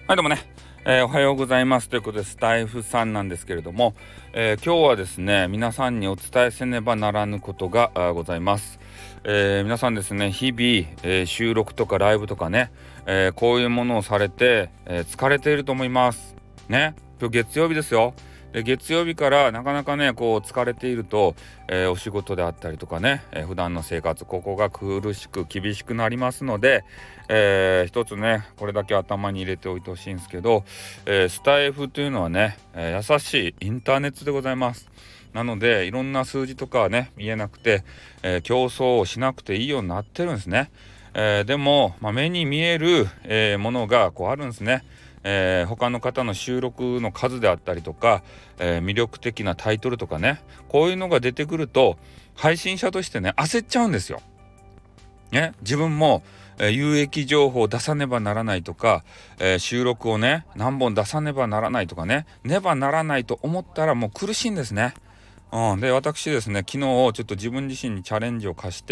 はいどうもね、おはようございますということでスタイフさんなんですけれども、今日はですね皆さんにお伝えせねばならぬことがございます。皆さんですね日々、収録とかライブとかね、こういうものをされて、疲れていると思いますね。今日月曜日ですよ。で月曜日からなかなかねこう疲れていると、お仕事であったりとかね、普段の生活ここが苦しく厳しくなりますので、一つねこれだけ頭に入れておいてほしいんですけど、スタイフというのはね、優しいインターネットでございます。なのでいろんな数字とかはね見えなくて、競争をしなくていいようになってるんですね。でも、目に見える、ものがこうあるんですね。他の方の収録の数であったりとか、魅力的なタイトルとかねこういうのが出てくると配信者としてね焦っちゃうんですよ。ね、自分も、有益情報を出さねばならないとか、収録をね何本出さねばならないとかねならないと思ったらもう苦しいんですね。で私ですね昨日ちょっと自分自身にチャレンジを課して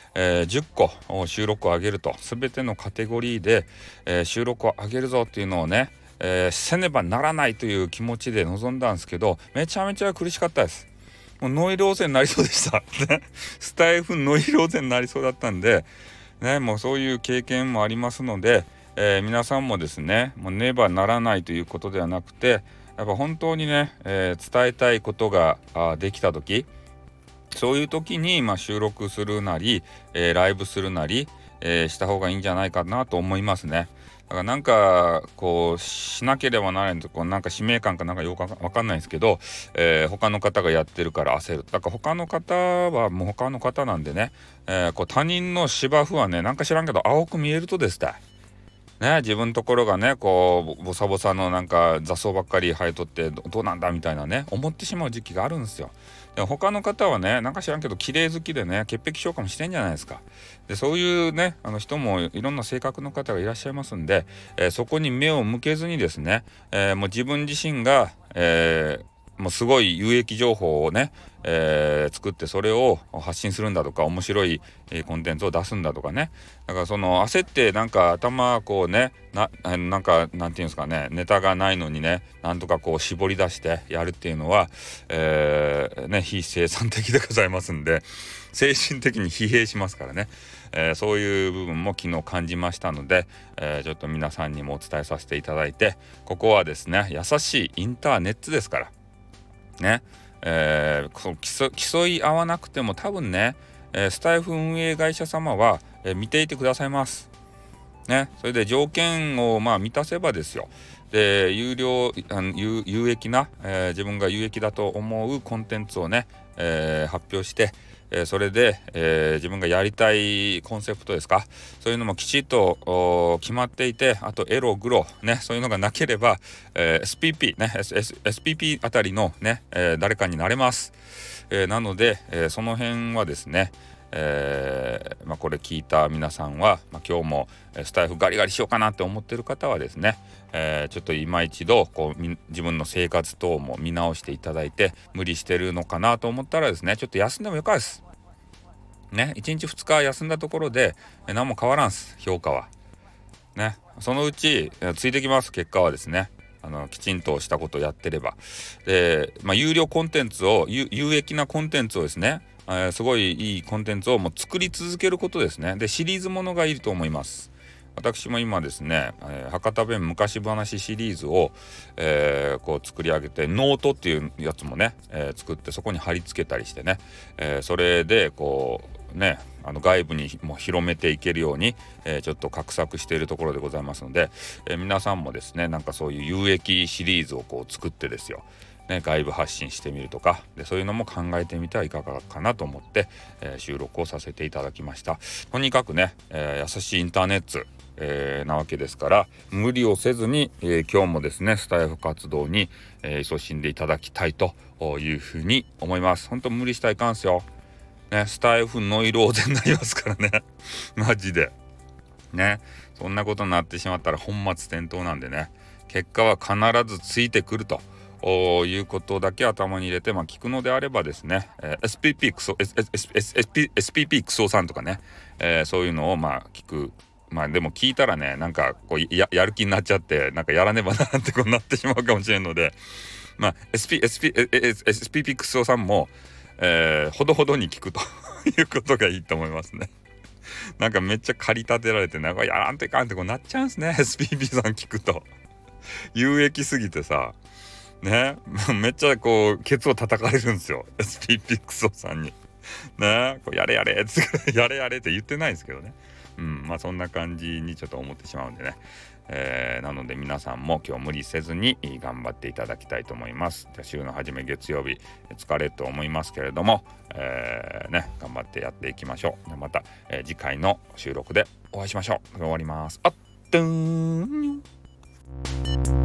、10個収録を上げると全てのカテゴリーで、収録を上げるぞっていうのをね、せねばならないという気持ちで臨んだんですけどめちゃめちゃ苦しかったです。もうノイローゼになりそうでしたね。スタイフノイローゼになりそうだったんでね、もうそういう経験もありますので、皆さんもですねもうねばならないということではなくてやっぱ本当にね、伝えたいことができた時そういう時に、収録するなり、ライブするなり、した方がいいんじゃないかなと思いますね。だからなんかこうしなければならないとこうなんか使命感かなんかよくわかんないんですけど、他の方がやってるから焦る。だから他の方はもう他の方なんでね、こう他人の芝生はねなんか知らんけど青く見えるとですね、自分のところがねこうボサボサのなんか雑草ばっかり生えとってどうなんだみたいなね思ってしまう時期があるんですよ。で他の方はねなんか知らんけど綺麗好きでね潔癖症かもしれんじゃないですか。でそういうね人もいろんな性格の方がいらっしゃいますんで、そこに目を向けずにですね、もう自分自身が、もうすごい有益情報をね、作ってそれを発信するんだとか面白い、コンテンツを出すんだとかね。だからその焦ってなんか頭こうねなんかなんていうんですかねネタがないのにねなんとかこう絞り出してやるっていうのは、非生産的でございますんで精神的に疲弊しますからね、そういう部分も昨日感じましたので、ちょっと皆さんにもお伝えさせていただいてここはですね優しいインターネットですからね、競い合わなくても多分ね、スタイフ運営会社様は、見ていてくださいます。ね、それで条件を満たせばですよ。で有益な、自分が有益だと思うコンテンツをね、発表して、それで、自分がやりたいコンセプトですかそういうのもきちっと決まっていてあとエログロねそういうのがなければ、SPP ね、SPP あたりのね、誰かになれます。なので、その辺はですねこれ聞いた皆さんは、今日もスタイフガリガリしようかなって思ってる方はですね、ちょっと今一度こう自分の生活等も見直していただいて無理してるのかなと思ったらですねちょっと休んでもよかです。ね、1日2日休んだところで何も変わらんす評価は。ね、そのうちついてきます結果はですねきちんとしたことをやってればで、有料コンテンツを有益なコンテンツをですね、すごいいいコンテンツをもう作り続けることですね。でシリーズものがいると思います。私も今ですね、博多弁昔話シリーズを、こう作り上げてノートっていうやつもね、作ってそこに貼り付けたりしてね、それでこうね外部にも広めていけるように、ちょっと画策しているところでございますので、皆さんもですねなんかそういう有益シリーズをこう作ってですよね、外部発信してみるとかでそういうのも考えてみてはいかがかなと思って、収録をさせていただきました。とにかくね、優しいインターネットなわけですから無理をせずに、今日もですねスタイフ活動に、勤しんでいただきたいというふうに思います。本当無理したらいかんすよ、ね、スタイフノイローゼになりますからねマジでねそんなことになってしまったら本末転倒なんでね結果は必ずついてくるということだけ頭に入れて、聞くのであればですね、SPP クソ SPP クソさんとかね、そういうのを聞くまあでも聞いたらね、なんかこうやる気になっちゃって、なんかやらねばなってこうなってしまうかもしれんので、まあ SP ピクソさんも、ほどほどに聞くということがいいと思いますね。なんかめっちゃ駆り立てられて、なんかやらんといかんってこうなっちゃうんすね。SPP さん聞くと有益すぎてさ、ねめっちゃこうケツを叩かれるんですよ、 SPP クソさんに。ねこうやれやれってやれやれって言ってないんですけどね。まあそんな感じにちょっと思ってしまうんでね、なので皆さんも今日無理せずに頑張っていただきたいと思います。じゃあ週の初め月曜日疲れると思いますけれども、頑張ってやっていきましょう。また、次回の収録でお会いしましょう。終わります。あっ、ドゥーン。